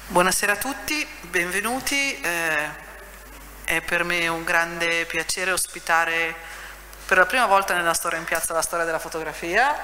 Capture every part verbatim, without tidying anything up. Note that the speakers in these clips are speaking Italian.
Buonasera a tutti, benvenuti. Eh, è per me un grande piacere ospitare per la prima volta nella storia in piazza la storia della fotografia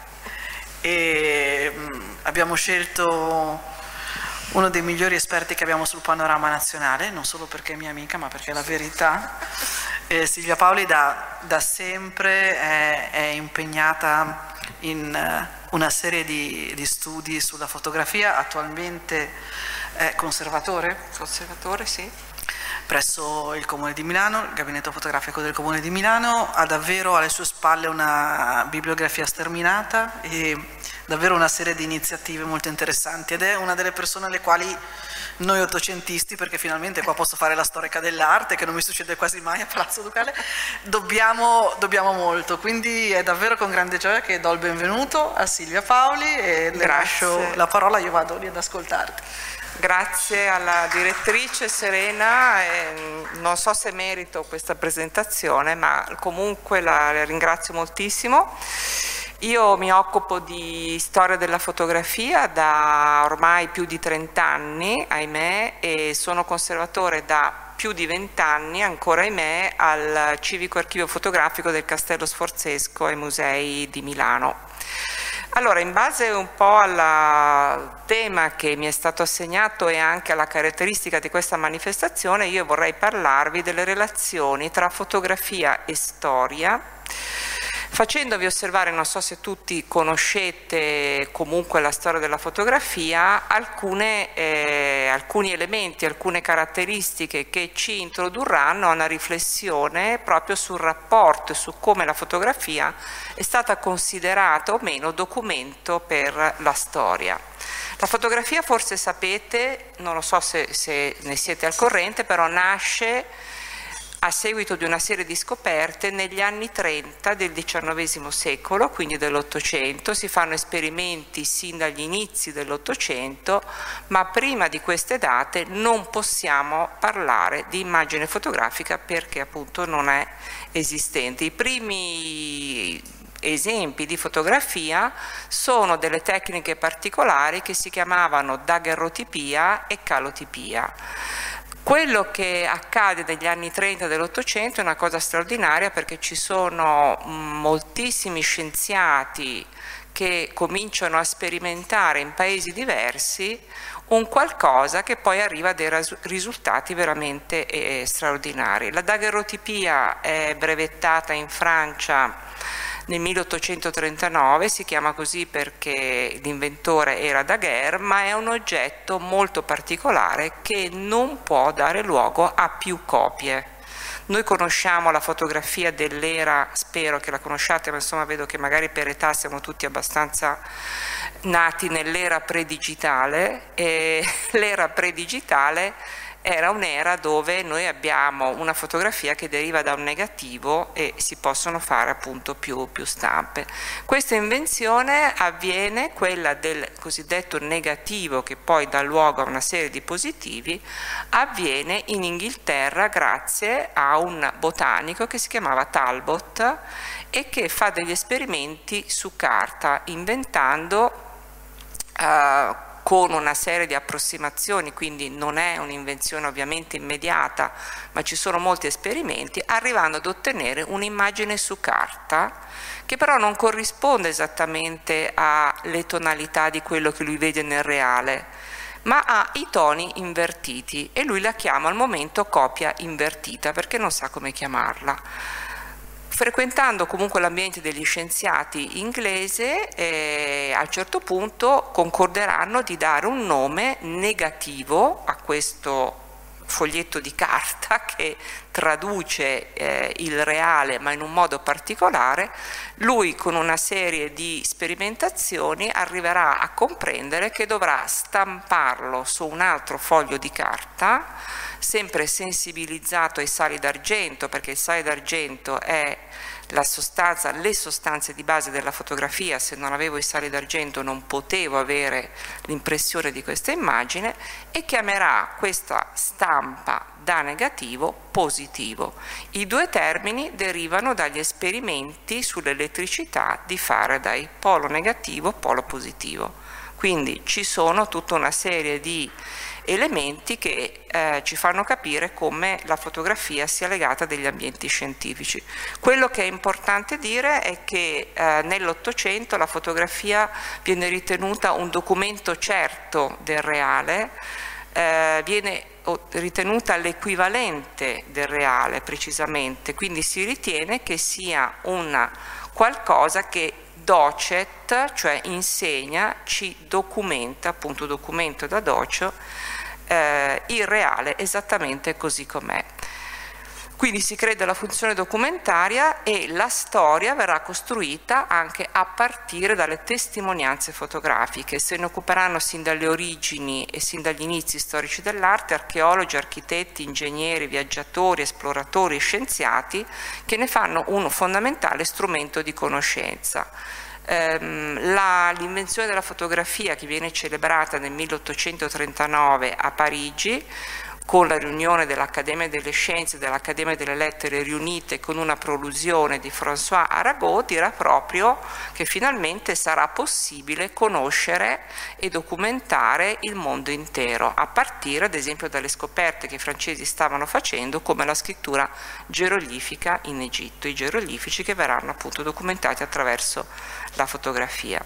e mh, abbiamo scelto uno dei migliori esperti che abbiamo sul panorama nazionale, non solo perché è mia amica ma perché è la verità. Eh, Silvia Paoli da, da sempre è, è impegnata in uh, una serie di, di studi sulla fotografia, attualmente è conservatore, conservatore sì. presso il Comune di Milano, il gabinetto fotografico del Comune di Milano, ha davvero alle sue spalle una bibliografia sterminata e davvero una serie di iniziative molto interessanti ed è una delle persone alle quali noi ottocentisti, perché finalmente qua posso fare la storica dell'arte che non mi succede quasi mai a Palazzo Ducale, dobbiamo, dobbiamo molto, quindi è davvero con grande gioia che do il benvenuto a Silvia Paoli e le lascio la parola, io vado lì ad ascoltarti. Grazie alla direttrice Serena, eh, non so se merito questa presentazione ma comunque la, la ringrazio moltissimo. Io mi occupo di storia della fotografia da ormai più di trent'anni, ahimè, e sono conservatore da più di vent'anni, ancora ahimè, al Civico Archivio Fotografico del Castello Sforzesco ai Musei di Milano. Allora, in base un po' al tema che mi è stato assegnato e anche alla caratteristica di questa manifestazione, io vorrei parlarvi delle relazioni tra fotografia e storia, facendovi osservare, non so se tutti conoscete comunque la storia della fotografia, alcune, eh, alcuni elementi, alcune caratteristiche che ci introdurranno a una riflessione proprio sul rapporto e su come la fotografia è stata considerata o meno documento per la storia. La fotografia, forse sapete, non lo so se, se ne siete al corrente, però nasce a seguito di una serie di scoperte negli anni trenta del diciannovesimo secolo, quindi dell'Ottocento. Si fanno esperimenti sin dagli inizi dell'Ottocento, ma prima di queste date non possiamo parlare di immagine fotografica perché appunto non è esistente. I primi esempi di fotografia sono delle tecniche particolari che si chiamavano daguerrotipia e calotipia. Quello che accade negli anni trenta dell'Ottocento è una cosa straordinaria perché ci sono moltissimi scienziati che cominciano a sperimentare in paesi diversi un qualcosa che poi arriva a dei risultati veramente eh, straordinari. La daguerrotipia è brevettata in Francia nel milleottocentotrentanove, si chiama così perché l'inventore era Daguerre, ma è un oggetto molto particolare che non può dare luogo a più copie. Noi conosciamo la fotografia dell'era, spero che la conosciate, ma insomma vedo che magari per età siamo tutti abbastanza nati nell'era predigitale, e l'era predigitale era un'era dove noi abbiamo una fotografia che deriva da un negativo e si possono fare appunto più, più stampe. Questa invenzione avviene, quella del cosiddetto negativo che poi dà luogo a una serie di positivi, avviene in Inghilterra grazie a un botanico che si chiamava Talbot e che fa degli esperimenti su carta inventando uh, con una serie di approssimazioni, quindi non è un'invenzione ovviamente immediata, ma ci sono molti esperimenti, arrivando ad ottenere un'immagine su carta che però non corrisponde esattamente alle tonalità di quello che lui vede nel reale, ma ha i toni invertiti e lui la chiama al momento copia invertita perché non sa come chiamarla. Frequentando comunque l'ambiente degli scienziati inglese, eh, a un certo punto concorderanno di dare un nome negativo a questo foglietto di carta che traduce eh, il reale ma in un modo particolare. Lui con una serie di sperimentazioni arriverà a comprendere che dovrà stamparlo su un altro foglio di carta sempre sensibilizzato ai sali d'argento, perché il sale d'argento è la sostanza, le sostanze di base della fotografia. Se non avevo i sali d'argento non potevo avere l'impressione di questa immagine, e chiamerà questa stampa da negativo positivo. I due termini derivano dagli esperimenti sull'elettricità di Faraday, polo negativo, polo positivo. Quindi ci sono tutta una serie di elementi che eh, ci fanno capire come la fotografia sia legata a degli ambienti scientifici. Quello che è importante dire è che eh, nell'Ottocento la fotografia viene ritenuta un documento certo del reale, eh, viene ritenuta l'equivalente del reale precisamente, quindi si ritiene che sia una qualcosa che docet, cioè insegna, ci documenta, appunto documento da docio, eh, il reale esattamente così com'è. Quindi si crede alla funzione documentaria e la storia verrà costruita anche a partire dalle testimonianze fotografiche. Se ne occuperanno sin dalle origini e sin dagli inizi storici dell'arte archeologi, architetti, ingegneri, viaggiatori, esploratori e scienziati che ne fanno un fondamentale strumento di conoscenza. L'invenzione della fotografia, che viene celebrata nel milleottocentotrentanove a Parigi con la riunione dell'Accademia delle Scienze e dell'Accademia delle Lettere riunite con una prolusione di François Arago, dirà proprio che finalmente sarà possibile conoscere e documentare il mondo intero, a partire ad esempio dalle scoperte che i francesi stavano facendo, come la scrittura geroglifica in Egitto, i geroglifici che verranno appunto documentati attraverso la fotografia.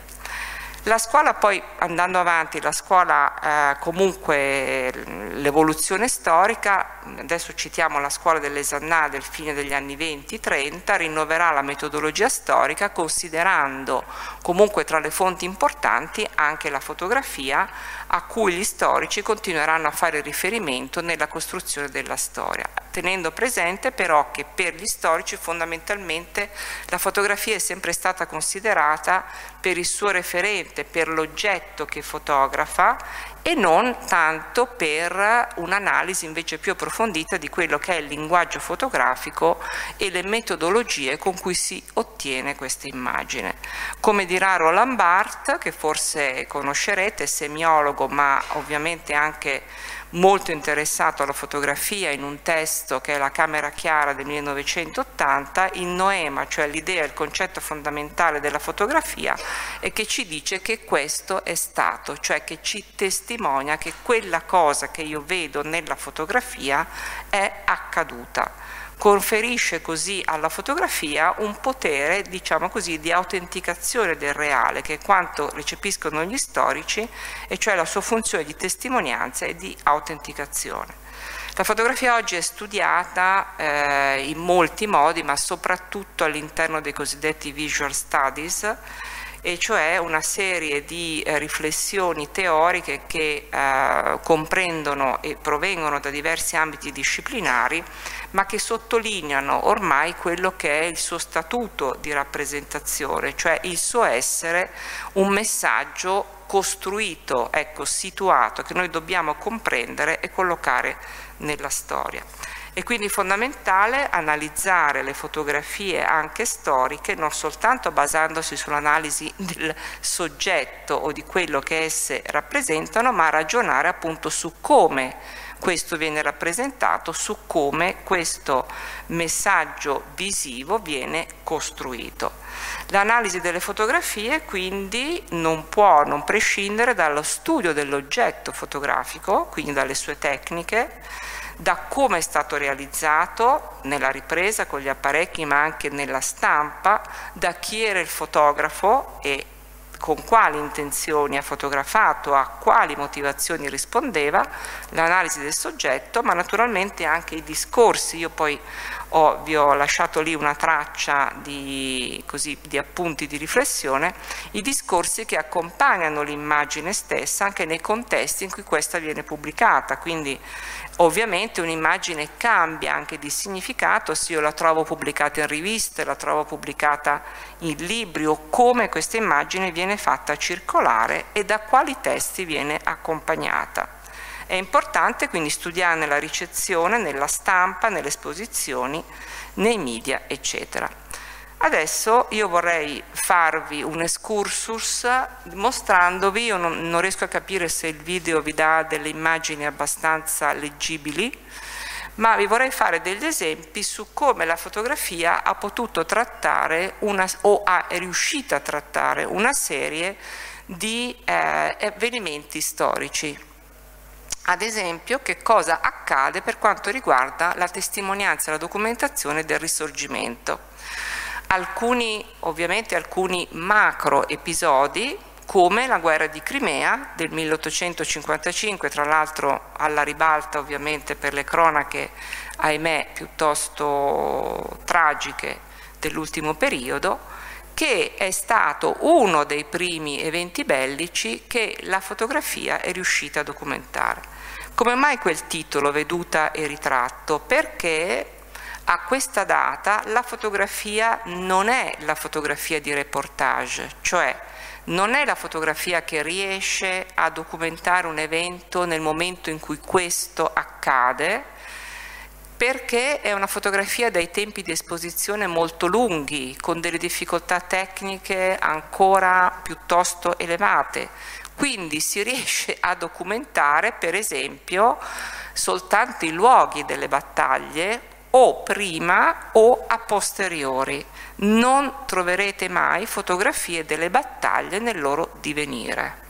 La scuola poi, andando avanti, la scuola eh, comunque l'evoluzione storica, adesso citiamo la scuola dell'Esannà del fine degli anni venti trenta, rinnoverà la metodologia storica considerando comunque tra le fonti importanti anche la fotografia, a cui gli storici continueranno a fare riferimento nella costruzione della storia, tenendo presente però che per gli storici fondamentalmente la fotografia è sempre stata considerata per il suo referente, per l'oggetto che fotografa e non tanto per un'analisi invece più approfondita di quello che è il linguaggio fotografico e le metodologie con cui si ottiene questa immagine. Come dirà Roland Barthes, che forse conoscerete, semiologo ma ovviamente anche molto interessato alla fotografia, in un testo che è La Camera Chiara del millenovecentottanta, il noema, cioè l'idea, il concetto fondamentale della fotografia, è che ci dice che questo è stato, cioè che ci testimonia che quella cosa che io vedo nella fotografia è accaduta. Conferisce così alla fotografia un potere, diciamo così, di autenticazione del reale, che è quanto recepiscono gli storici, e cioè la sua funzione di testimonianza e di autenticazione. La fotografia oggi è studiata eh, in molti modi, ma soprattutto all'interno dei cosiddetti visual studies, e cioè una serie di eh, riflessioni teoriche che eh, comprendono e provengono da diversi ambiti disciplinari, ma che sottolineano ormai quello che è il suo statuto di rappresentazione, cioè il suo essere un messaggio costruito, ecco, situato, che noi dobbiamo comprendere e collocare nella storia. È quindi fondamentale analizzare le fotografie anche storiche, non soltanto basandosi sull'analisi del soggetto o di quello che esse rappresentano, ma ragionare appunto su come questo viene rappresentato, su come questo messaggio visivo viene costruito. L'analisi delle fotografie quindi non può non prescindere dallo studio dell'oggetto fotografico, quindi dalle sue tecniche, da come è stato realizzato nella ripresa con gli apparecchi ma anche nella stampa, da chi era il fotografo e con quali intenzioni ha fotografato, a quali motivazioni rispondeva, l'analisi del soggetto, ma naturalmente anche i discorsi. Io poi ho, vi ho lasciato lì una traccia di, così, di appunti di riflessione, i discorsi che accompagnano l'immagine stessa anche nei contesti in cui questa viene pubblicata, quindi ovviamente un'immagine cambia anche di significato se io la trovo pubblicata in riviste, la trovo pubblicata in libri, o come questa immagine viene fatta circolare e da quali testi viene accompagnata. È importante quindi studiare nella ricezione, nella stampa, nelle esposizioni, nei media, eccetera. Adesso io vorrei farvi un excursus mostrandovi, io non, non riesco a capire se il video vi dà delle immagini abbastanza leggibili, ma vi vorrei fare degli esempi su come la fotografia ha potuto trattare una, o ha, è riuscita a trattare una serie di eh, avvenimenti storici. ad esempio, che cosa accade per quanto riguarda la testimonianza e la documentazione del Risorgimento. Alcuni, ovviamente alcuni macro episodi, come la guerra di Crimea del milleottocentocinquantacinque, tra l'altro alla ribalta ovviamente per le cronache, ahimè, piuttosto tragiche dell'ultimo periodo, che è stato uno dei primi eventi bellici che la fotografia è riuscita a documentare. Come mai quel titolo, Veduta e ritratto? Perché a questa data la fotografia non è la fotografia di reportage, cioè non è la fotografia che riesce a documentare un evento nel momento in cui questo accade, perché è una fotografia dai tempi di esposizione molto lunghi, con delle difficoltà tecniche ancora piuttosto elevate. Quindi si riesce a documentare, per esempio, soltanto i luoghi delle battaglie, o prima o a posteriori. Non troverete mai fotografie delle battaglie nel loro divenire.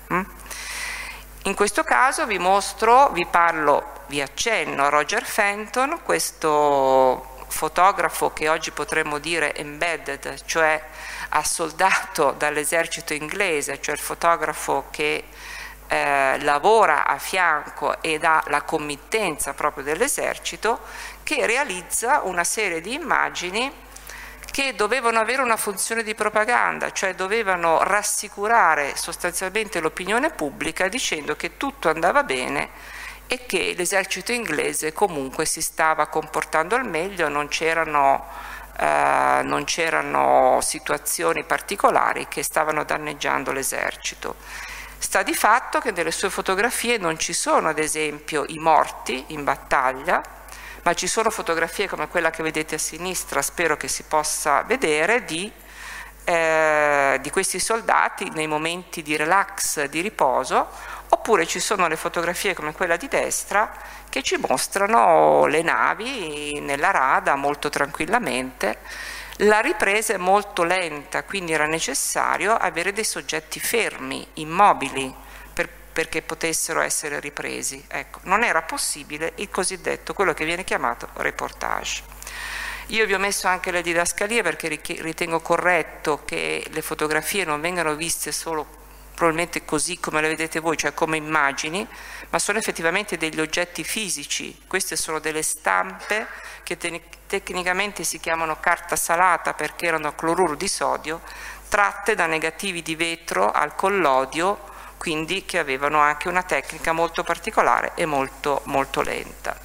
In questo caso vi mostro, vi parlo, vi accenno a Roger Fenton, questo fotografo che oggi potremmo dire embedded, cioè assoldato dall'esercito inglese, cioè il fotografo che Eh, lavora a fianco ed ha la committenza proprio dell'esercito, che realizza una serie di immagini che dovevano avere una funzione di propaganda, cioè dovevano rassicurare sostanzialmente l'opinione pubblica dicendo che tutto andava bene e che l'esercito inglese comunque si stava comportando al meglio, non c'erano eh, non c'erano situazioni particolari che stavano danneggiando l'esercito. Sta di fatto che nelle sue fotografie non ci sono, ad esempio, i morti in battaglia, ma ci sono fotografie come quella che vedete a sinistra, spero che si possa vedere, di, eh, di questi soldati nei momenti di relax, di riposo, oppure ci sono le fotografie come quella di destra che ci mostrano le navi nella rada molto tranquillamente. La ripresa è molto lenta, quindi era necessario avere dei soggetti fermi, immobili, per, perché potessero essere ripresi. Ecco, non era possibile il cosiddetto, quello che viene chiamato reportage. Io vi ho messo anche le didascalie perché ritengo corretto che le fotografie non vengano viste solo probabilmente così come le vedete voi, cioè come immagini, ma sono effettivamente degli oggetti fisici. Queste sono delle stampe che te tecnicamente si chiamano carta salata perché erano a cloruro di sodio, tratte da negativi di vetro al collodio, quindi che avevano anche una tecnica molto particolare e molto, molto lenta.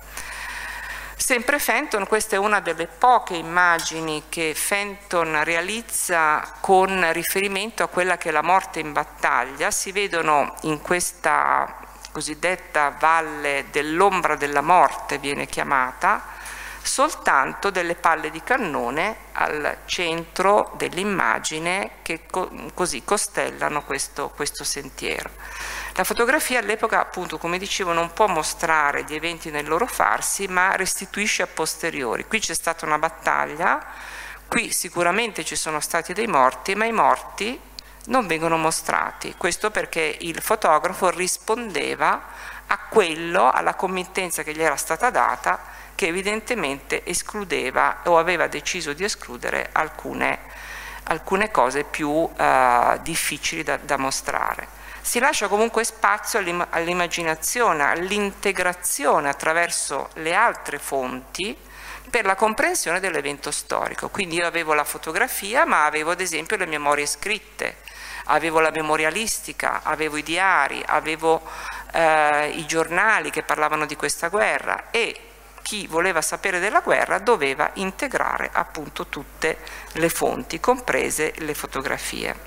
Sempre Fenton, questa è una delle poche immagini che Fenton realizza con riferimento a quella che è la morte in battaglia. Si vedono in questa cosiddetta valle dell'ombra della morte, viene chiamata, soltanto delle palle di cannone al centro dell'immagine che co- così costellano questo, questo sentiero. La fotografia all'epoca, appunto, come dicevo, non può mostrare gli eventi nel loro farsi, ma restituisce a posteriori. Qui c'è stata una battaglia, qui sicuramente ci sono stati dei morti, ma i morti non vengono mostrati. Questo perché il fotografo rispondeva a quello, alla committenza che gli era stata data, che evidentemente escludeva o aveva deciso di escludere alcune, alcune cose più eh, difficili da, da mostrare. Si lascia comunque spazio all'immaginazione, all'integrazione attraverso le altre fonti per la comprensione dell'evento storico. Quindi io avevo la fotografia, ma avevo ad esempio le memorie scritte, avevo la memorialistica, avevo i diari, avevo eh, i giornali che parlavano di questa guerra, e chi voleva sapere della guerra doveva integrare appunto tutte le fonti, comprese le fotografie.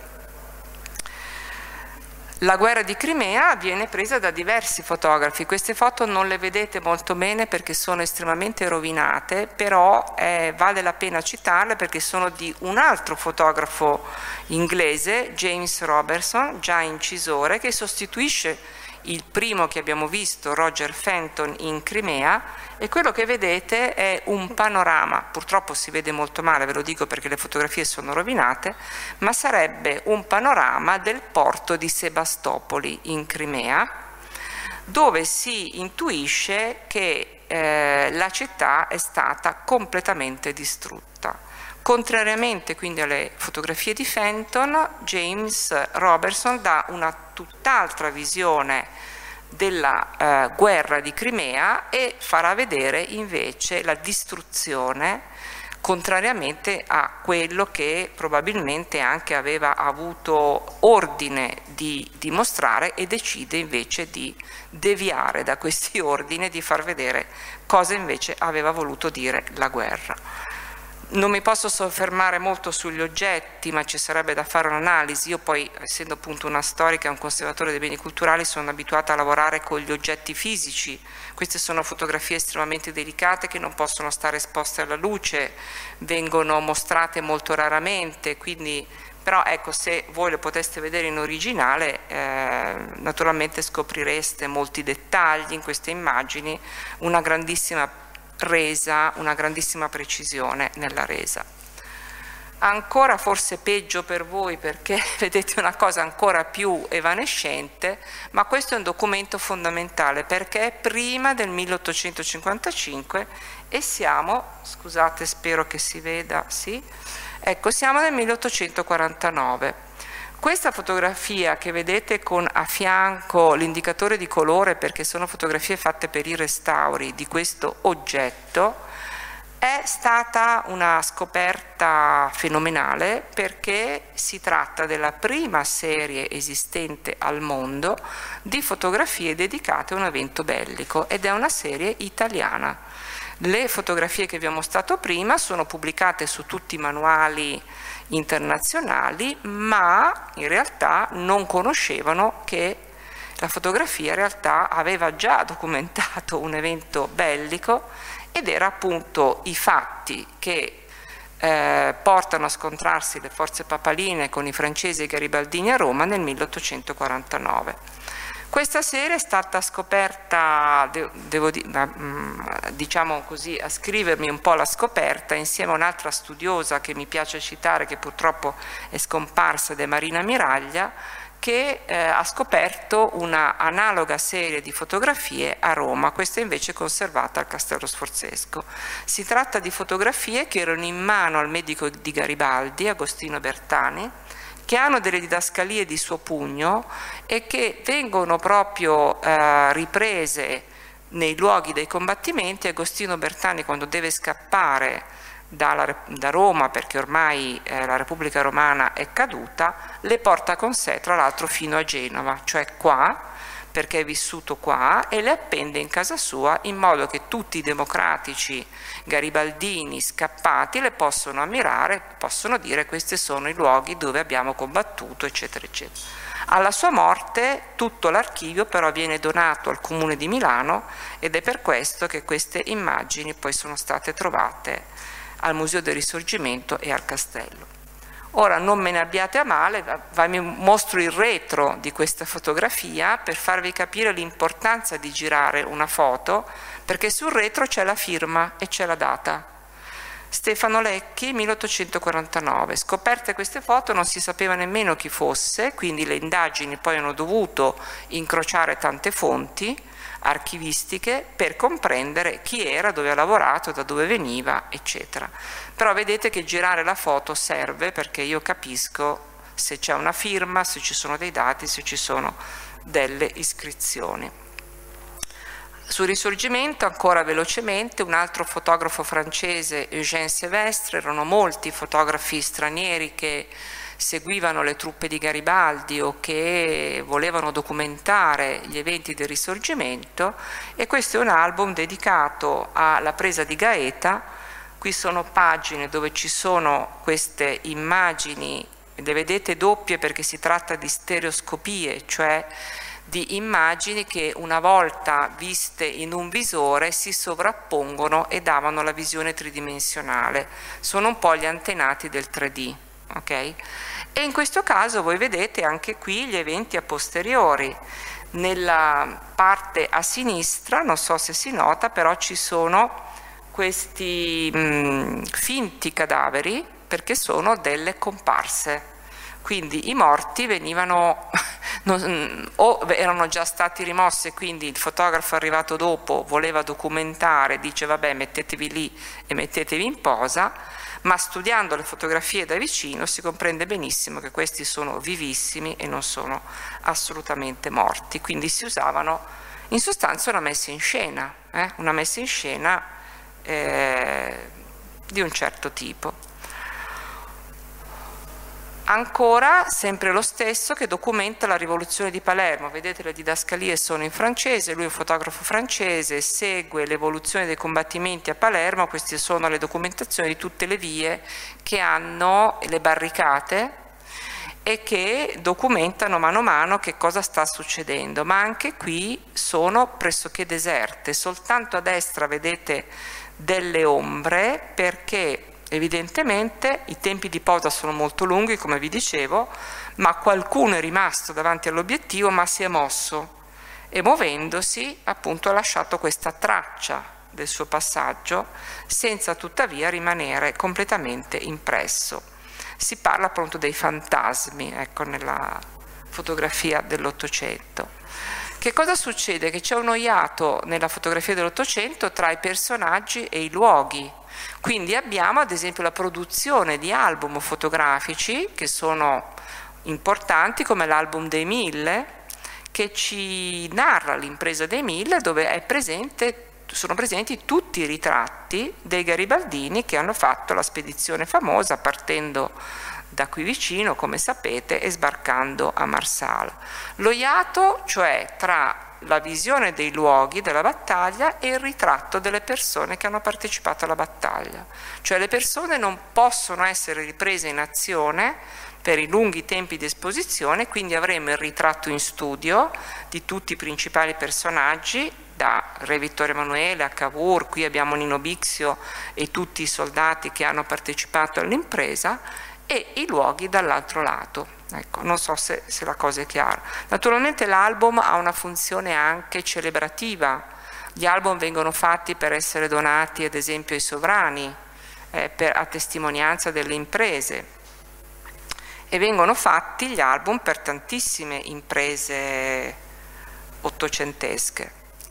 La guerra di Crimea viene presa da diversi fotografi. Queste foto non le vedete molto bene perché sono estremamente rovinate, però eh, vale la pena citarle perché sono di un altro fotografo inglese, James Robertson, già incisore, che sostituisce il primo che abbiamo visto, Roger Fenton, in Crimea, e quello che vedete è un panorama, purtroppo si vede molto male, ve lo dico perché le fotografie sono rovinate, ma sarebbe un panorama del porto di Sebastopoli in Crimea, dove si intuisce che eh, la città è stata completamente distrutta. Contrariamente quindi alle fotografie di Fenton, James Robertson dà una tutt'altra visione della eh, guerra di Crimea e farà vedere invece la distruzione, contrariamente a quello che probabilmente anche aveva avuto ordine di dimostrare, e decide invece di deviare da questi ordini e di far vedere cosa invece aveva voluto dire la guerra. Non mi posso soffermare molto sugli oggetti, ma ci sarebbe da fare un'analisi. Io poi, essendo appunto una storica e un conservatore dei beni culturali, sono abituata a lavorare con gli oggetti fisici. Queste sono fotografie estremamente delicate che non possono stare esposte alla luce, vengono mostrate molto raramente, quindi però ecco, se voi le poteste vedere in originale, eh, naturalmente scoprireste molti dettagli in queste immagini, una grandissima resa, una grandissima precisione nella resa. Ancora forse peggio per voi, perché vedete una cosa ancora più evanescente, ma questo è un documento fondamentale perché è prima del milleottocentocinquantacinque e siamo, scusate, spero che si veda, sì, ecco, siamo nel milleottocentoquarantanove. Questa fotografia che vedete con a fianco l'indicatore di colore, perché sono fotografie fatte per i restauri di questo oggetto, è stata una scoperta fenomenale perché si tratta della prima serie esistente al mondo di fotografie dedicate a un evento bellico ed è una serie italiana. Le fotografie che vi ho mostrato prima sono pubblicate su tutti i manuali internazionali, ma in realtà non conoscevano che la fotografia in realtà aveva già documentato un evento bellico ed era appunto i fatti che eh, portano a scontrarsi le forze papaline con i francesi e i garibaldini a Roma nel milleottocentoquarantanove. Questa serie è stata scoperta, devo diciamo così, a scrivermi un po' la scoperta insieme a un'altra studiosa che mi piace citare, che purtroppo è scomparsa, ed è Marina Miraglia, che eh, ha scoperto una analoga serie di fotografie a Roma, questa invece è conservata al Castello Sforzesco. Si tratta di fotografie che erano in mano al medico di Garibaldi, Agostino Bertani, che hanno delle didascalie di suo pugno e che vengono proprio eh, riprese nei luoghi dei combattimenti. Agostino Bertani, quando deve scappare dalla, da Roma, perché ormai eh, la Repubblica Romana è caduta, le porta con sé tra l'altro fino a Genova, cioè qua, perché è vissuto qua, e le appende in casa sua in modo che tutti i democratici garibaldini scappati le possono ammirare, possono dire questi sono i luoghi dove abbiamo combattuto, eccetera, eccetera. Alla sua morte tutto l'archivio però viene donato al Comune di Milano ed è per questo che queste immagini poi sono state trovate al Museo del Risorgimento e al Castello. Ora non me ne abbiate a male, vi mostro il retro di questa fotografia per farvi capire l'importanza di girare una foto, perché sul retro c'è la firma e c'è la data. Stefano Lecchi, milleottocentoquarantanove. Scoperte queste foto non si sapeva nemmeno chi fosse, quindi le indagini poi hanno dovuto incrociare tante fonti archivistiche per comprendere chi era, dove ha lavorato, da dove veniva, eccetera. Però vedete che girare la foto serve perché io capisco se c'è una firma, se ci sono dei dati, se ci sono delle iscrizioni. Sul Risorgimento, ancora velocemente, un altro fotografo francese, Eugène Sévestre, erano molti fotografi stranieri che seguivano le truppe di Garibaldi o che volevano documentare gli eventi del Risorgimento, e questo è un album dedicato alla presa di Gaeta. Qui sono pagine dove ci sono queste immagini, le vedete doppie perché si tratta di stereoscopie, cioè di immagini che una volta viste in un visore si sovrappongono e davano la visione tridimensionale. Sono un po' gli antenati del tre D. Okay? E in questo caso voi vedete anche qui gli eventi a posteriori. Nella parte a sinistra, non so se si nota, però ci sono questi mh, finti cadaveri perché sono delle comparse. quindi i morti venivano non, o erano già stati rimossi e quindi il fotografo arrivato dopo voleva documentare, dice vabbè mettetevi lì e mettetevi in posa, ma studiando le fotografie da vicino si comprende benissimo che questi sono vivissimi e non sono assolutamente morti, quindi si usavano in sostanza una messa in scena, eh? una messa in scena eh, di un certo tipo. Ancora sempre lo stesso che documenta la rivoluzione di Palermo, vedete le didascalie sono in francese, lui è un fotografo francese, segue l'evoluzione dei combattimenti a Palermo, queste sono le documentazioni di tutte le vie che hanno le barricate e che documentano mano a mano che cosa sta succedendo, ma anche qui sono pressoché deserte, soltanto a destra vedete delle ombre perché evidentemente i tempi di posa sono molto lunghi, come vi dicevo, ma qualcuno è rimasto davanti all'obiettivo ma si è mosso e muovendosi appunto ha lasciato questa traccia del suo passaggio senza tuttavia rimanere completamente impresso. Si parla appunto dei fantasmi, ecco, nella fotografia dell'Ottocento. Che cosa succede? Che c'è un iato nella fotografia dell'Ottocento tra i personaggi e i luoghi. Quindi abbiamo ad esempio la produzione di album fotografici che sono importanti come l'album dei Mille che ci narra l'impresa dei Mille dove è presente, sono presenti tutti i ritratti dei garibaldini che hanno fatto la spedizione famosa partendo da qui vicino come sapete e sbarcando a Marsala. Lo iato cioè tra la visione dei luoghi della battaglia e il ritratto delle persone che hanno partecipato alla battaglia, cioè le persone non possono essere riprese in azione per i lunghi tempi di esposizione, quindi avremo il ritratto in studio di tutti i principali personaggi, da Re Vittorio Emanuele a Cavour, qui abbiamo Nino Bixio e tutti i soldati che hanno partecipato all'impresa, e i luoghi dall'altro lato. Ecco, non so se, se la cosa è chiara. Naturalmente l'album ha una funzione anche celebrativa. Gli album vengono fatti per essere donati ad esempio ai sovrani, eh, per, a testimonianza delle imprese, e vengono fatti gli album per tantissime imprese ottocentesche.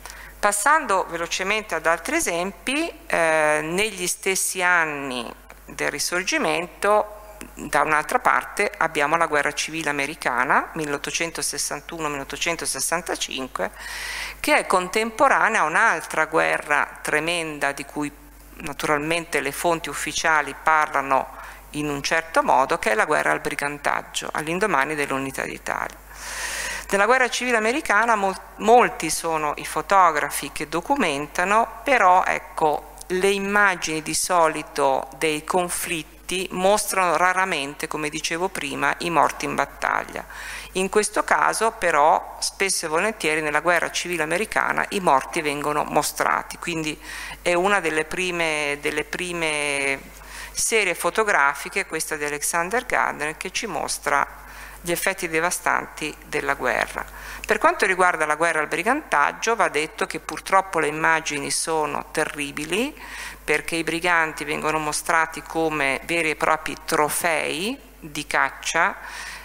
Passando velocemente ad altri esempi, eh, negli stessi anni del Risorgimento da un'altra parte abbiamo la guerra civile americana milleottocentosessantuno milleottocentosessantacinque che è contemporanea a un'altra guerra tremenda di cui naturalmente le fonti ufficiali parlano in un certo modo, che è la guerra al brigantaggio all'indomani dell'Unità d'Italia. Nella guerra civile americana mol molti sono i fotografi che documentano, però ecco le immagini di solito dei conflitti mostrano raramente, come dicevo prima, i morti in battaglia. In questo caso però spesso e volentieri nella guerra civile americana i morti vengono mostrati, quindi è una delle prime, delle prime serie fotografiche, questa di Alexander Gardner, che ci mostra gli effetti devastanti della guerra. Per quanto riguarda la guerra al brigantaggio va detto che purtroppo le immagini sono terribili, perché i briganti vengono mostrati come veri e propri trofei di caccia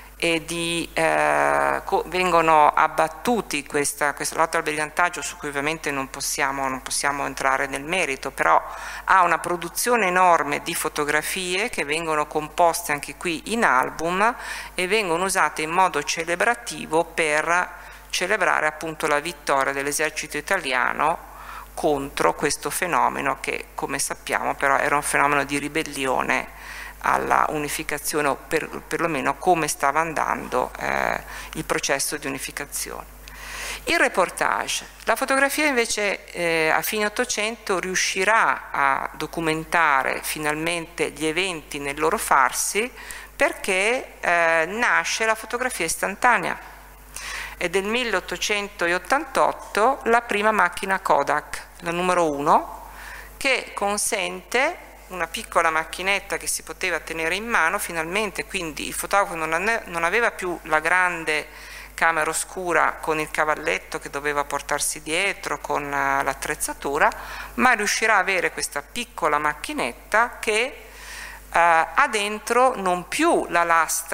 e di, eh, vengono abbattuti, questa, questa lotta al brigantaggio su cui ovviamente non possiamo, non possiamo entrare nel merito, però ha una produzione enorme di fotografie che vengono composte anche qui in album e vengono usate in modo celebrativo per celebrare appunto la vittoria dell'esercito italiano contro questo fenomeno che, come sappiamo, però era un fenomeno di ribellione alla unificazione, o per, perlomeno come stava andando eh, il processo di unificazione. Il reportage. La fotografia invece eh, a fine Ottocento riuscirà a documentare finalmente gli eventi nel loro farsi perché eh, nasce la fotografia istantanea. È del milleottocentottantotto la prima macchina Kodak, la numero uno, che consente una piccola macchinetta che si poteva tenere in mano finalmente, quindi il fotografo non aveva più la grande camera oscura con il cavalletto che doveva portarsi dietro con l'attrezzatura, ma riuscirà ad avere questa piccola macchinetta che Uh, ha dentro non più la lastra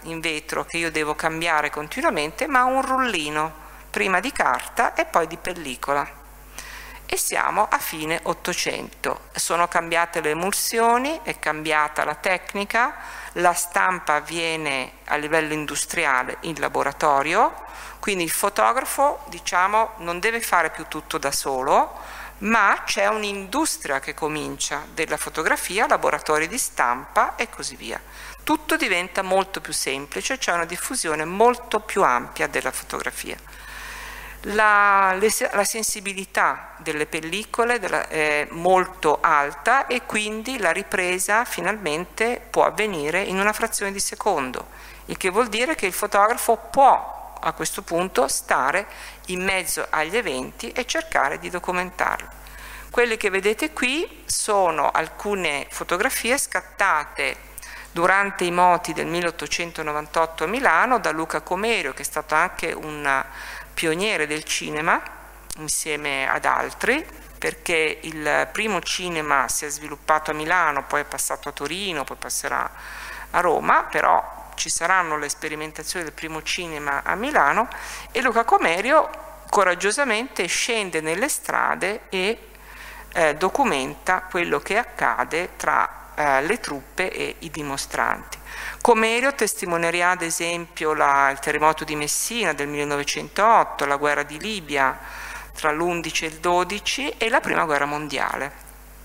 in vetro che io devo cambiare continuamente, ma un rullino, prima di carta e poi di pellicola. E siamo a fine Ottocento. Sono cambiate le emulsioni, è cambiata la tecnica, la stampa avviene a livello industriale in laboratorio, quindi il fotografo, diciamo, non deve fare più tutto da solo, ma c'è un'industria che comincia della fotografia, laboratori di stampa e così via. Tutto diventa molto più semplice, c'è una diffusione molto più ampia della fotografia. La, le, la sensibilità delle pellicole della, è molto alta e quindi la ripresa finalmente può avvenire in una frazione di secondo, il che vuol dire che il fotografo può a questo punto stare in mezzo agli eventi e cercare di documentarli. Quelle che vedete qui sono alcune fotografie scattate durante i moti del milleottocentonovantotto a Milano da Luca Comerio, che è stato anche un pioniere del cinema insieme ad altri, perché il primo cinema si è sviluppato a Milano, poi è passato a Torino, poi passerà a Roma, però ci saranno le sperimentazioni del primo cinema a Milano e Luca Comerio coraggiosamente scende nelle strade e eh, documenta quello che accade tra eh, le truppe e i dimostranti. Comerio testimonerà ad esempio la, il terremoto di Messina del millenovecentootto, la guerra di Libia tra l'undici e il dodici e la prima guerra mondiale.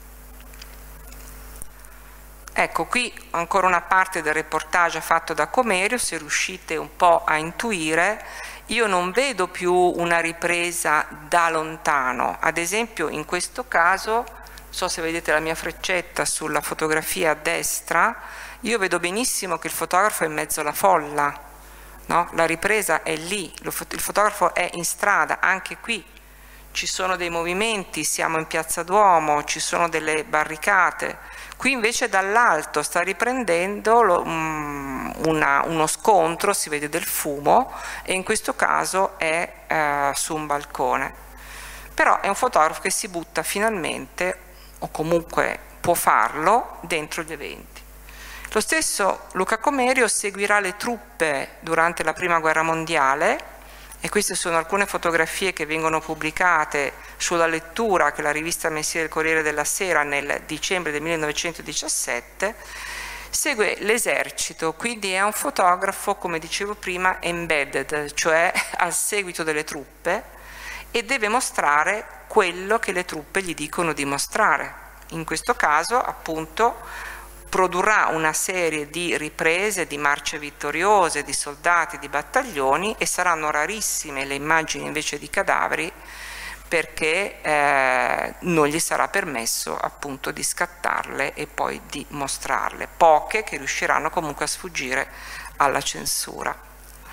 Ecco, qui ancora una parte del reportage fatto da Comerio, se riuscite un po' a intuire, io non vedo più una ripresa da lontano. Ad esempio in questo caso, non so se vedete la mia freccetta sulla fotografia a destra, io vedo benissimo che il fotografo è in mezzo alla folla, no? La ripresa è lì, il fotografo è in strada, anche qui ci sono dei movimenti, siamo in Piazza Duomo, ci sono delle barricate. Qui invece dall'alto sta riprendendo lo, um, una, uno scontro, si vede del fumo e in questo caso è eh, su un balcone. Però è un fotografo che si butta finalmente, o comunque può farlo, dentro gli eventi. Lo stesso Luca Comerio seguirà le truppe durante la Prima Guerra Mondiale e queste sono alcune fotografie che vengono pubblicate sulla lettura che la rivista mensile del Corriere della Sera nel dicembre del millenovecentodiciassette. Segue l'esercito, quindi è un fotografo, come dicevo prima, embedded, cioè al seguito delle truppe, e deve mostrare quello che le truppe gli dicono di mostrare. In questo caso, appunto, produrrà una serie di riprese, di marce vittoriose, di soldati, di battaglioni, e saranno rarissime le immagini invece di cadaveri, perché eh, non gli sarà permesso appunto di scattarle e poi di mostrarle. Poche che riusciranno comunque a sfuggire alla censura.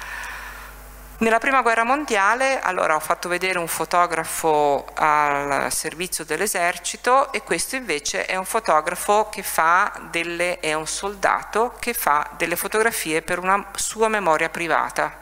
Nella Prima Guerra Mondiale, allora ho fatto vedere un fotografo al servizio dell'esercito e questo invece è un fotografo che fa delle, è un soldato che fa delle fotografie per una sua memoria privata.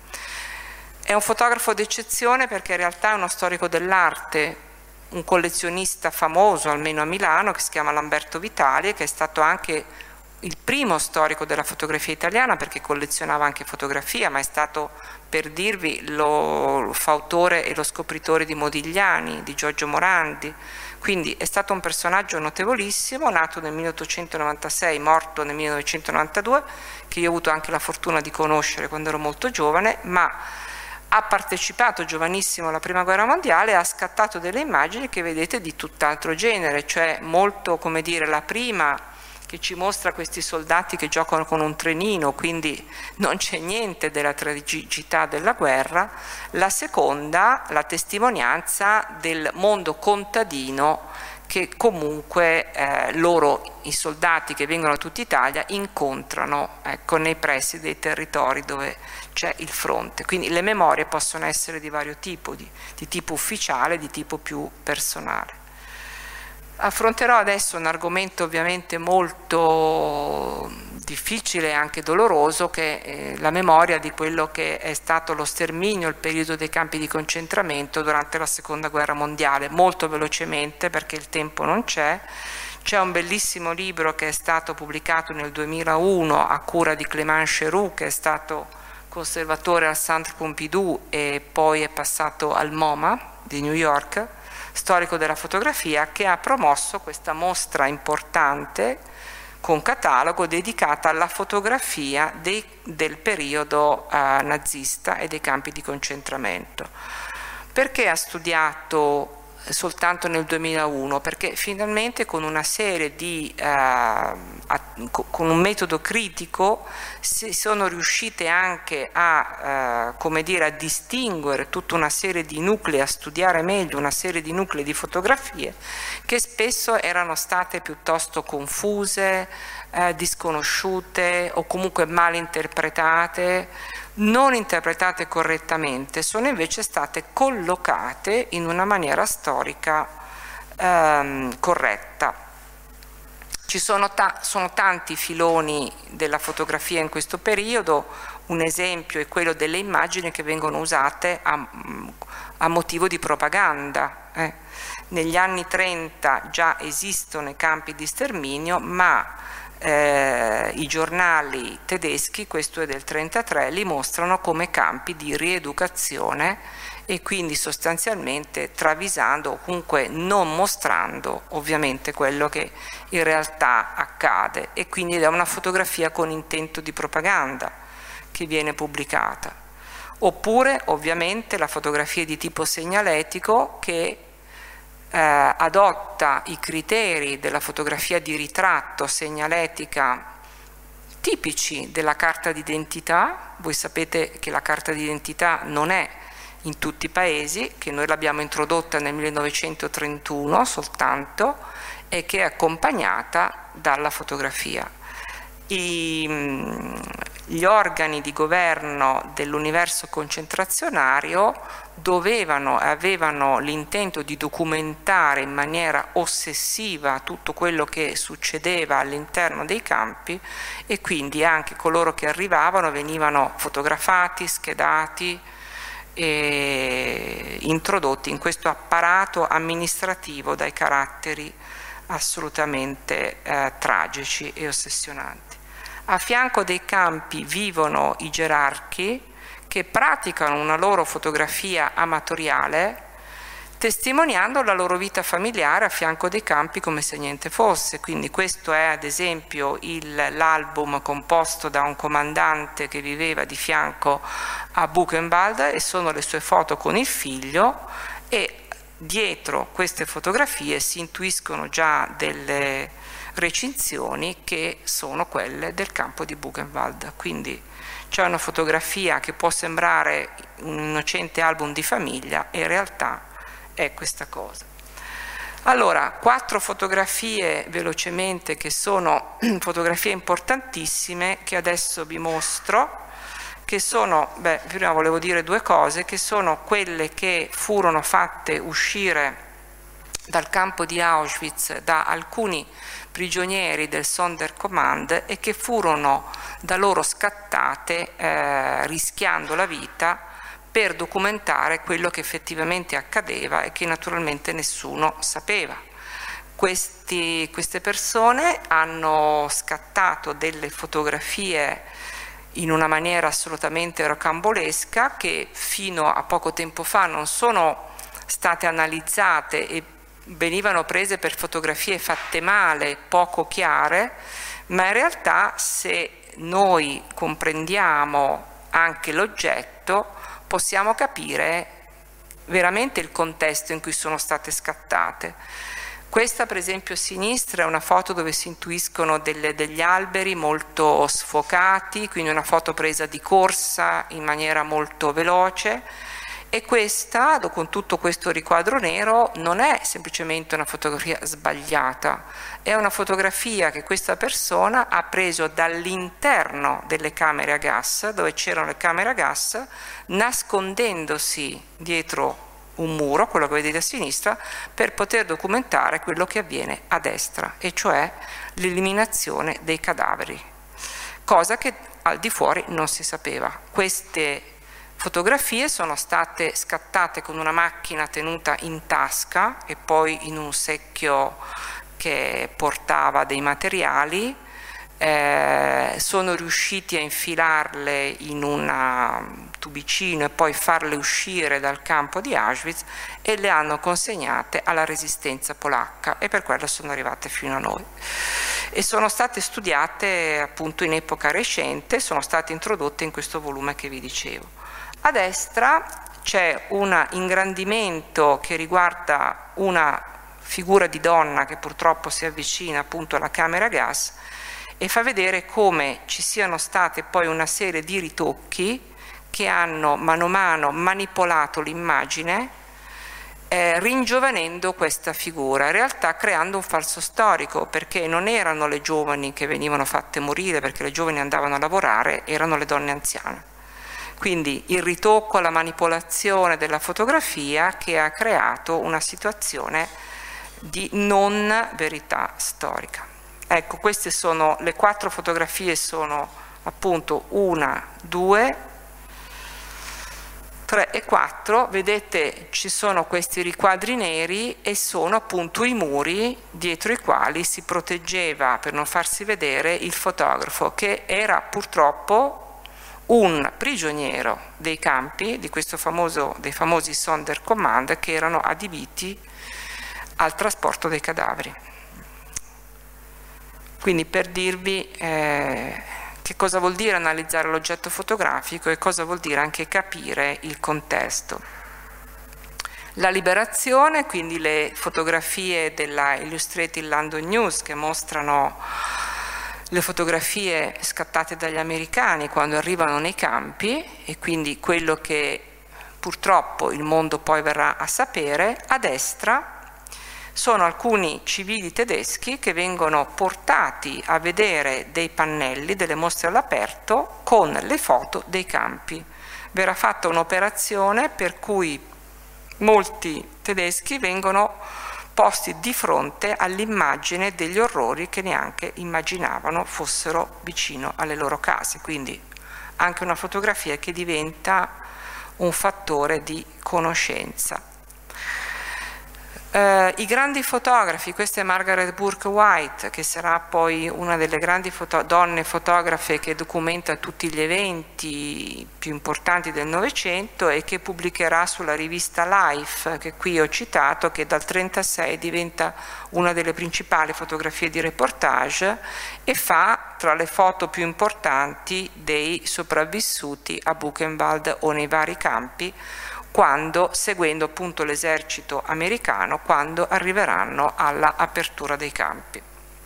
È un fotografo d'eccezione perché in realtà è uno storico dell'arte, un collezionista famoso, almeno a Milano, che si chiama Lamberto Vitali, che è stato anche il primo storico della fotografia italiana perché collezionava anche fotografia, ma è stato, per dirvi, lo, lo fautore e lo scopritore di Modigliani, di Giorgio Morandi, quindi è stato un personaggio notevolissimo, nato nel milleottocentonovantasei, morto nel millenovecentonovantadue, che io ho avuto anche la fortuna di conoscere quando ero molto giovane, ma ha partecipato giovanissimo alla Prima Guerra Mondiale e ha scattato delle immagini che vedete di tutt'altro genere, cioè molto, come dire, la prima che ci mostra questi soldati che giocano con un trenino, quindi non c'è niente della tragicità della guerra. La seconda, la testimonianza del mondo contadino che comunque eh, loro, i soldati che vengono da tutta Italia, incontrano, ecco, nei pressi dei territori dove c'è il fronte. Quindi le memorie possono essere di vario tipo, di, di tipo ufficiale, di tipo più personale. Affronterò adesso un argomento ovviamente molto difficile e anche doloroso, che è la memoria di quello che è stato lo sterminio, il periodo dei campi di concentramento durante la Seconda Guerra Mondiale. Molto velocemente, perché il tempo non c'è, C'è un bellissimo libro che è stato pubblicato nel duemilauno a cura di Clément Cheroux, che è stato conservatore al Centre Pompidou e poi è passato al MoMA di New York, storico della fotografia, che ha promosso questa mostra importante con catalogo dedicata alla fotografia dei, del periodo eh, nazista e dei campi di concentramento. Perché ha studiato soltanto nel duemilauno? Perché finalmente con una serie di eh, a, con un metodo critico si sono riuscite anche a eh, come dire, a distinguere tutta una serie di nuclei, a studiare meglio una serie di nuclei di fotografie che spesso erano state piuttosto confuse, eh, disconosciute o comunque mal interpretate, non interpretate correttamente, sono invece state collocate in una maniera storica ehm, corretta. Ci sono, ta sono tanti filoni della fotografia in questo periodo, un esempio è quello delle immagini che vengono usate a, a motivo di propaganda. Eh. Negli anni trenta già esistono i campi di sterminio, ma Eh, i giornali tedeschi, questo è del trentatré, li mostrano come campi di rieducazione e quindi sostanzialmente travisando o comunque non mostrando ovviamente quello che in realtà accade, e quindi è una fotografia con intento di propaganda che viene pubblicata. Oppure ovviamente la fotografia di tipo segnaletico che Eh, adotta i criteri della fotografia di ritratto segnaletica tipici della carta d'identità. Voi sapete che la carta d'identità non è in tutti i paesi, che noi l'abbiamo introdotta nel millenovecentotrentuno soltanto e che è accompagnata dalla fotografia. I, gli organi di governo dell'universo concentrazionario dovevano e avevano l'intento di documentare in maniera ossessiva tutto quello che succedeva all'interno dei campi, e quindi anche coloro che arrivavano venivano fotografati, schedati e introdotti in questo apparato amministrativo dai caratteri assolutamente eh, tragici e ossessionanti. A fianco dei campi vivono i gerarchi che praticano una loro fotografia amatoriale, testimoniando la loro vita familiare a fianco dei campi come se niente fosse. Quindi questo è ad esempio l'album composto da un comandante che viveva di fianco a Buchenwald, e sono le sue foto con il figlio, e dietro queste fotografie si intuiscono già delle recinzioni che sono quelle del campo di Buchenwald. Quindi c'è una fotografia che può sembrare un innocente album di famiglia e in realtà è questa cosa. Allora, quattro fotografie velocemente che sono fotografie importantissime che adesso vi mostro, che sono, beh, prima volevo dire due cose, che sono quelle che furono fatte uscire dal campo di Auschwitz da alcuni prigionieri del Sonderkommando e che furono da loro scattate eh, rischiando la vita per documentare quello che effettivamente accadeva e che naturalmente nessuno sapeva. Questi, queste persone hanno scattato delle fotografie in una maniera assolutamente rocambolesca, che fino a poco tempo fa non sono state analizzate e venivano prese per fotografie fatte male, poco chiare, ma in realtà se noi comprendiamo anche l'oggetto possiamo capire veramente il contesto in cui sono state scattate. Questa per esempio a sinistra è una foto dove si intuiscono delle, degli alberi molto sfocati, quindi una foto presa di corsa in maniera molto veloce, e questa, con tutto questo riquadro nero, non è semplicemente una fotografia sbagliata, è una fotografia che questa persona ha preso dall'interno delle camere a gas, dove c'erano le camere a gas, nascondendosi dietro un muro, quello che vedete a sinistra, per poter documentare quello che avviene a destra, e cioè l'eliminazione dei cadaveri, cosa che al di fuori non si sapeva. Queste fotografie sono state scattate con una macchina tenuta in tasca e poi in un secchio che portava dei materiali, eh, sono riusciti a infilarle in un tubicino e poi farle uscire dal campo di Auschwitz e le hanno consegnate alla resistenza polacca, e per quello sono arrivate fino a noi. E sono state studiate appunto in epoca recente, sono state introdotte in questo volume che vi dicevo. A destra c'è un ingrandimento che riguarda una figura di donna che purtroppo si avvicina appunto alla camera gas e fa vedere come ci siano state poi una serie di ritocchi che hanno mano a mano manipolato l'immagine, eh, ringiovanendo questa figura, in realtà creando un falso storico, perché non erano le giovani che venivano fatte morire perché le giovani andavano a lavorare, erano le donne anziane. Quindi il ritocco, la manipolazione della fotografia che ha creato una situazione di non verità storica. Ecco, queste sono le quattro fotografie, sono appunto una, due, tre e quattro. Vedete, ci sono questi riquadri neri e sono appunto i muri dietro i quali si proteggeva per non farsi vedere il fotografo, che era purtroppo un prigioniero dei campi, di questo famoso, dei famosi Sonderkommando, che erano adibiti al trasporto dei cadaveri. Quindi per dirvi eh, che cosa vuol dire analizzare l'oggetto fotografico e cosa vuol dire anche capire il contesto. La liberazione, quindi le fotografie della Illustrated London News che mostrano le fotografie scattate dagli americani quando arrivano nei campi, e quindi quello che purtroppo il mondo poi verrà a sapere. A destra sono alcuni civili tedeschi che vengono portati a vedere dei pannelli, delle mostre all'aperto con le foto dei campi. Verrà fatta un'operazione per cui molti tedeschi vengono posti di fronte all'immagine degli orrori che neanche immaginavano fossero vicino alle loro case. Quindi anche una fotografia che diventa un fattore di conoscenza. Uh, I grandi fotografi, questa è Margaret Bourke White, che sarà poi una delle grandi foto donne fotografe che documenta tutti gli eventi più importanti del Novecento e che pubblicherà sulla rivista Life, che qui ho citato, che dal trentasei diventa una delle principali fotografie di reportage e fa tra le foto più importanti dei sopravvissuti a Buchenwald o nei vari campi, quando, seguendo appunto l'esercito americano, quando arriveranno alla apertura dei campi.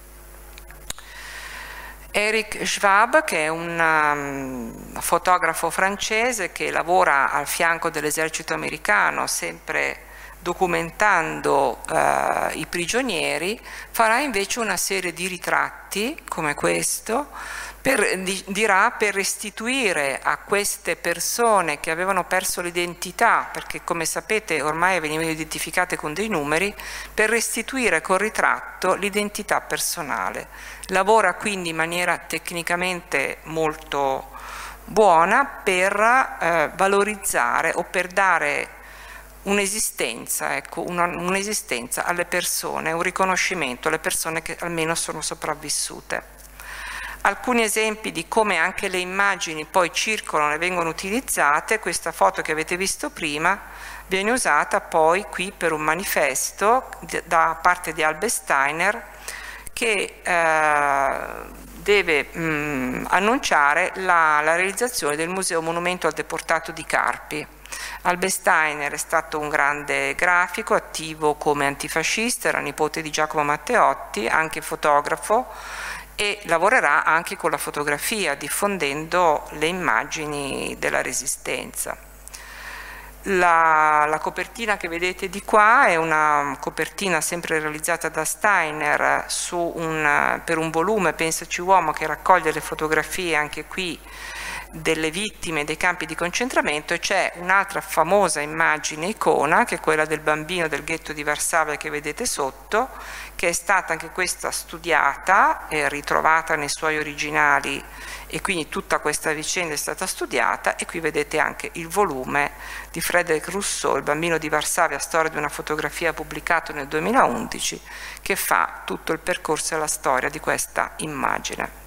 Eric Schwab, che è un um, fotografo francese che lavora al fianco dell'esercito americano, sempre documentando uh, i prigionieri, farà invece una serie di ritratti come questo, per, di, dirà per restituire a queste persone che avevano perso l'identità, perché come sapete ormai venivano identificate con dei numeri, per restituire col ritratto l'identità personale. Lavora quindi in maniera tecnicamente molto buona per eh, valorizzare o per dare un'esistenza, ecco, un'esistenza alle persone, un riconoscimento alle persone che almeno sono sopravvissute. Alcuni esempi di come anche le immagini poi circolano e vengono utilizzate. Questa foto che avete visto prima viene usata poi qui per un manifesto da parte di Albert Steiner che eh, deve mh, annunciare la, la realizzazione del Museo Monumento al Deportato di Carpi. Albert Steiner è stato un grande grafico, attivo come antifascista, era nipote di Giacomo Matteotti, anche fotografo, e lavorerà anche con la fotografia, diffondendo le immagini della Resistenza. La, la copertina che vedete di qua è una copertina sempre realizzata da Steiner su un, per un volume Pensaci uomo, che raccoglie le fotografie anche qui delle vittime dei campi di concentramento, e c'è un'altra famosa immagine icona che è quella del bambino del ghetto di Varsavia che vedete sotto, che è stata anche questa studiata e ritrovata nei suoi originali, e quindi tutta questa vicenda è stata studiata, e qui vedete anche il volume di Frédéric Rousseau, Il bambino di Varsavia, storia di una fotografia, pubblicato nel duemilaundici, che fa tutto il percorso e la storia di questa immagine.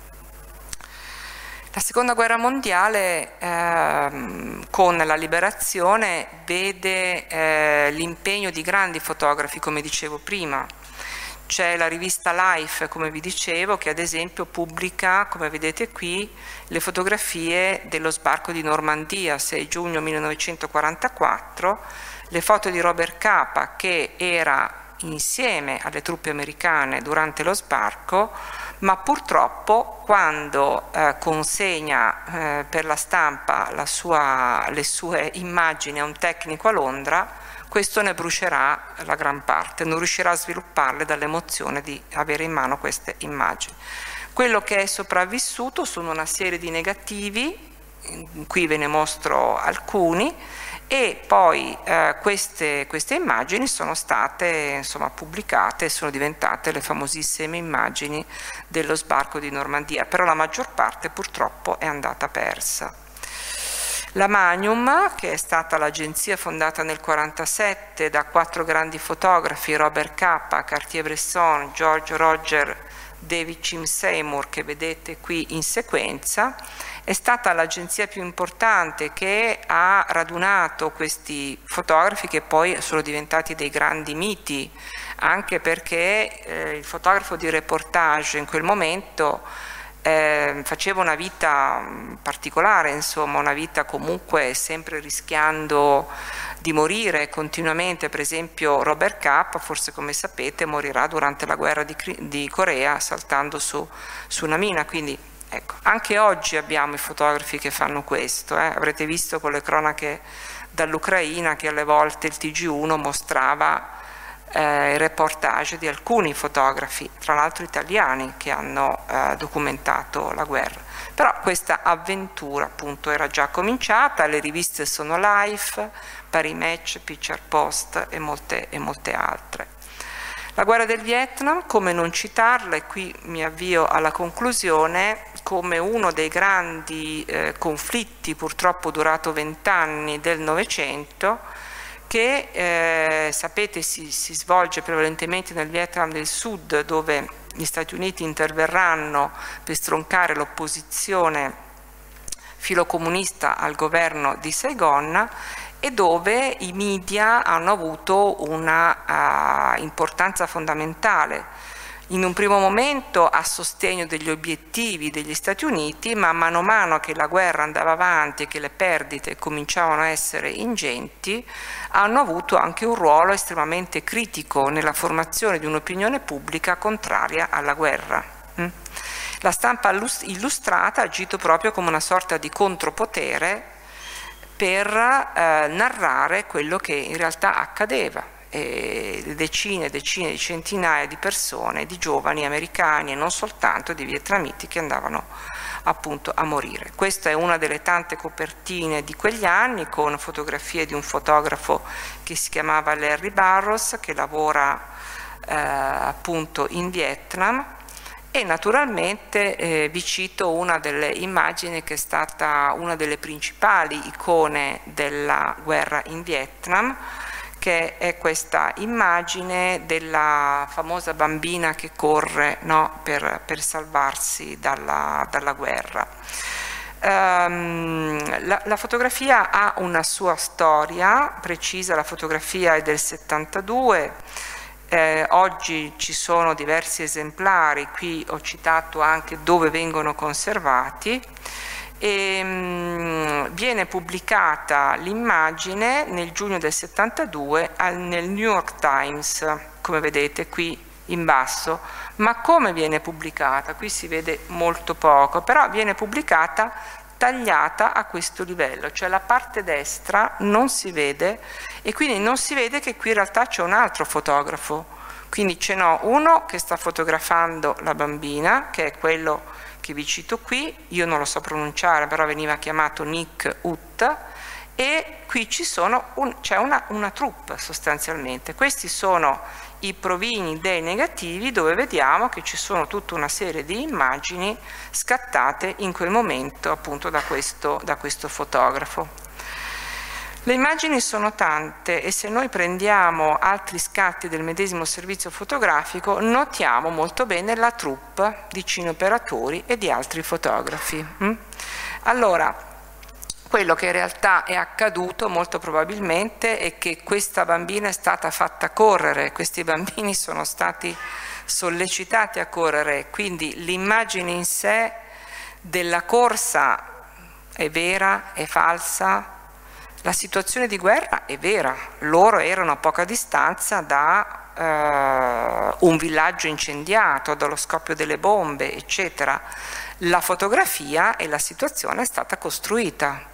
La seconda guerra mondiale, ehm, con la liberazione, vede eh, l'impegno di grandi fotografi, come dicevo prima. C'è la rivista Life, come vi dicevo, che ad esempio pubblica, come vedete qui, le fotografie dello sbarco di Normandia, sei giugno millenovecentoquarantaquattro, le foto di Robert Capa, che era insieme alle truppe americane durante lo sbarco, ma purtroppo quando eh, consegna eh, per la stampa la sua, le sue immagini a un tecnico a Londra, questo ne brucerà la gran parte, non riuscirà a svilupparle dall'emozione di avere in mano queste immagini. Quello che è sopravvissuto sono una serie di negativi, qui ve ne mostro alcuni, e poi eh, queste, queste immagini sono state insomma, pubblicate e sono diventate le famosissime immagini dello sbarco di Normandia, però la maggior parte purtroppo è andata persa. La Magnum, che è stata l'agenzia fondata nel millenovecentoquarantasette da quattro grandi fotografi, Robert Capa, Cartier-Bresson, George Roger, David Jim Seymour, che vedete qui in sequenza, è stata l'agenzia più importante che ha radunato questi fotografi che poi sono diventati dei grandi miti, anche perché eh, il fotografo di reportage in quel momento eh, faceva una vita particolare, insomma una vita comunque sempre rischiando di morire continuamente. Per esempio Robert Capa, forse come sapete, morirà durante la guerra di, di Corea saltando su, su una mina, quindi ecco, anche oggi abbiamo i fotografi che fanno questo, eh. Avrete visto con le cronache dall'Ucraina che alle volte il T G uno mostrava eh, il reportage di alcuni fotografi, tra l'altro italiani, che hanno eh, documentato la guerra. Però questa avventura appunto era già cominciata, le riviste sono Life, Paris Match, Picture Post e molte, e molte altre. La guerra del Vietnam, come non citarla, e qui mi avvio alla conclusione, come uno dei grandi eh, conflitti purtroppo durato vent'anni del Novecento, che eh, sapete si, si svolge prevalentemente nel Vietnam del Sud, dove gli Stati Uniti interverranno per stroncare l'opposizione filocomunista al governo di Saigon, e dove i media hanno avuto una uh, importanza fondamentale. In un primo momento a sostegno degli obiettivi degli Stati Uniti, ma mano a mano che la guerra andava avanti e che le perdite cominciavano a essere ingenti, hanno avuto anche un ruolo estremamente critico nella formazione di un'opinione pubblica contraria alla guerra. La stampa illustrata ha agito proprio come una sorta di contropotere per eh, narrare quello che in realtà accadeva. E decine e decine di centinaia di persone, di giovani americani e non soltanto, di vietnamiti che andavano appunto a morire. Questa è una delle tante copertine di quegli anni, con fotografie di un fotografo che si chiamava Larry Barros, che lavora eh, appunto in Vietnam. E naturalmente eh, vi cito una delle immagini che è stata una delle principali icone della guerra in Vietnam, che è questa immagine della famosa bambina che corre, no, per, per salvarsi dalla, dalla guerra. Um, la, la fotografia ha una sua storia precisa, la fotografia è del settantadue, eh, oggi ci sono diversi esemplari, qui ho citato anche dove vengono conservati. E, mh, viene pubblicata l'immagine nel giugno del settantadue al, nel New York Times, come vedete qui in basso. Ma come viene pubblicata? Qui si vede molto poco, però viene pubblicata tagliata a questo livello, cioè la parte destra non si vede, e quindi non si vede che qui in realtà c'è un altro fotografo. Quindi ce n'ho uno che sta fotografando la bambina, che è quello che vi cito qui, io non lo so pronunciare, però veniva chiamato Nick Ut, e qui ci sono un, c'è una, una troupe sostanzialmente. Questi sono i provini dei negativi, dove vediamo che ci sono tutta una serie di immagini scattate in quel momento appunto da questo, da questo fotografo. Le immagini sono tante e se noi prendiamo altri scatti del medesimo servizio fotografico notiamo molto bene la troupe di cineoperatori e di altri fotografi. Allora, quello che in realtà è accaduto molto probabilmente è che questa bambina è stata fatta correre, questi bambini sono stati sollecitati a correre, quindi l'immagine in sé della corsa è vera, è falsa. La situazione di guerra è vera, loro erano a poca distanza da eh, un villaggio incendiato, dallo scoppio delle bombe, eccetera. La fotografia e la situazione è stata costruita,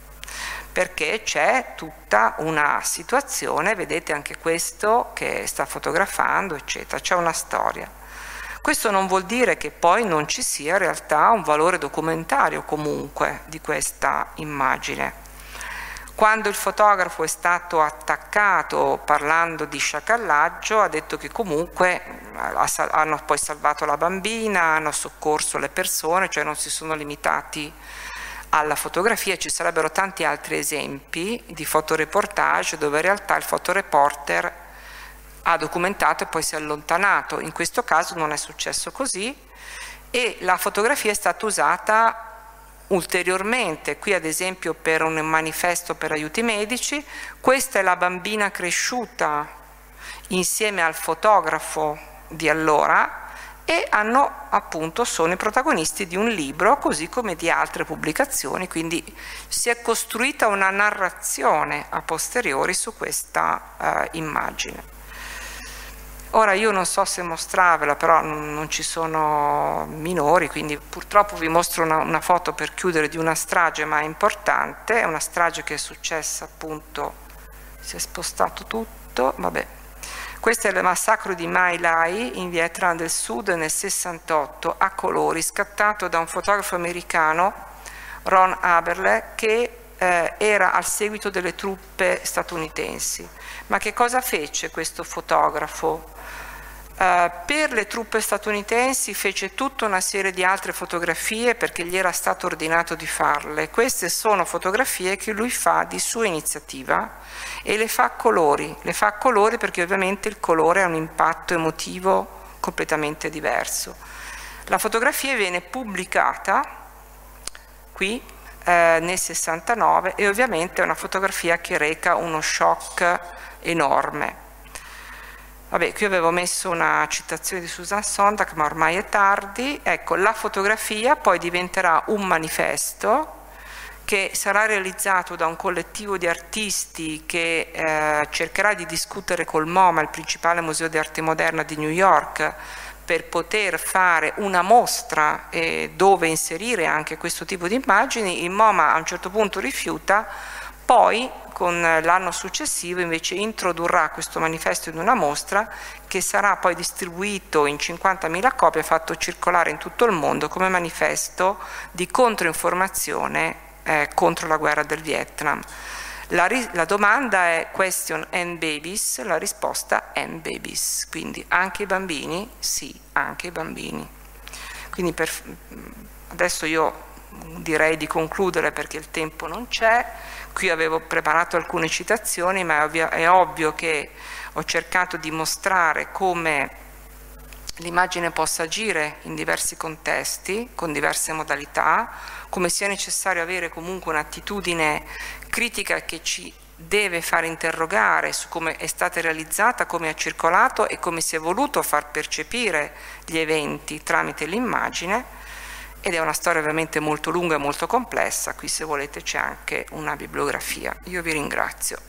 perché c'è tutta una situazione, vedete anche questo che sta fotografando, eccetera, c'è una storia. Questo non vuol dire che poi non ci sia in realtà un valore documentario comunque di questa immagine. Quando il fotografo è stato attaccato parlando di sciacallaggio, ha detto che comunque hanno poi salvato la bambina, hanno soccorso le persone, cioè non si sono limitati alla fotografia. Ci sarebbero tanti altri esempi di fotoreportage dove in realtà il fotoreporter ha documentato e poi si è allontanato. In questo caso non è successo così e la fotografia è stata usata ulteriormente, qui ad esempio per un manifesto per aiuti medici. Questa è la bambina cresciuta insieme al fotografo di allora e hanno appunto sono i protagonisti di un libro così come di altre pubblicazioni, quindi si è costruita una narrazione a posteriori su questa uh, immagine. Ora io non so se mostrarvela, però non, non ci sono minori, quindi purtroppo vi mostro una, una foto per chiudere di una strage, ma è importante, è una strage che è successa appunto, si è spostato tutto, vabbè. Questo è il massacro di My Lai in Vietnam del Sud nel sessantotto, a colori, scattato da un fotografo americano, Ron Aberle, che eh, era al seguito delle truppe statunitensi. Ma che cosa fece questo fotografo? Uh, per le truppe statunitensi fece tutta una serie di altre fotografie perché gli era stato ordinato di farle. Queste sono fotografie che lui fa di sua iniziativa e le fa a colori, le fa a colori perché ovviamente il colore ha un impatto emotivo completamente diverso. La fotografia viene pubblicata qui eh, nel sessantanove e ovviamente è una fotografia che reca uno shock enorme. Vabbè, qui avevo messo una citazione di Susan Sontag, ma ormai è tardi. Ecco, la fotografia poi diventerà un manifesto che sarà realizzato da un collettivo di artisti che eh, cercherà di discutere col MoMA, il principale museo di arte moderna di New York, per poter fare una mostra eh, dove inserire anche questo tipo di immagini. Il MoMA a un certo punto rifiuta, poi con l'anno successivo invece introdurrà questo manifesto in una mostra che sarà poi distribuito in cinquantamila copie, fatto circolare in tutto il mondo come manifesto di controinformazione eh, contro la guerra del Vietnam. La, la domanda è question and babies, la risposta and babies, quindi anche i bambini? Sì, anche i bambini. Quindi per, adesso io direi di concludere perché il tempo non c'è. Qui avevo preparato alcune citazioni, ma è ovvio, è ovvio che ho cercato di mostrare come l'immagine possa agire in diversi contesti, con diverse modalità, come sia necessario avere comunque un'attitudine critica che ci deve far interrogare su come è stata realizzata, come ha circolato e come si è voluto far percepire gli eventi tramite l'immagine. Ed è una storia ovviamente molto lunga e molto complessa, qui se volete c'è anche una bibliografia. Io vi ringrazio.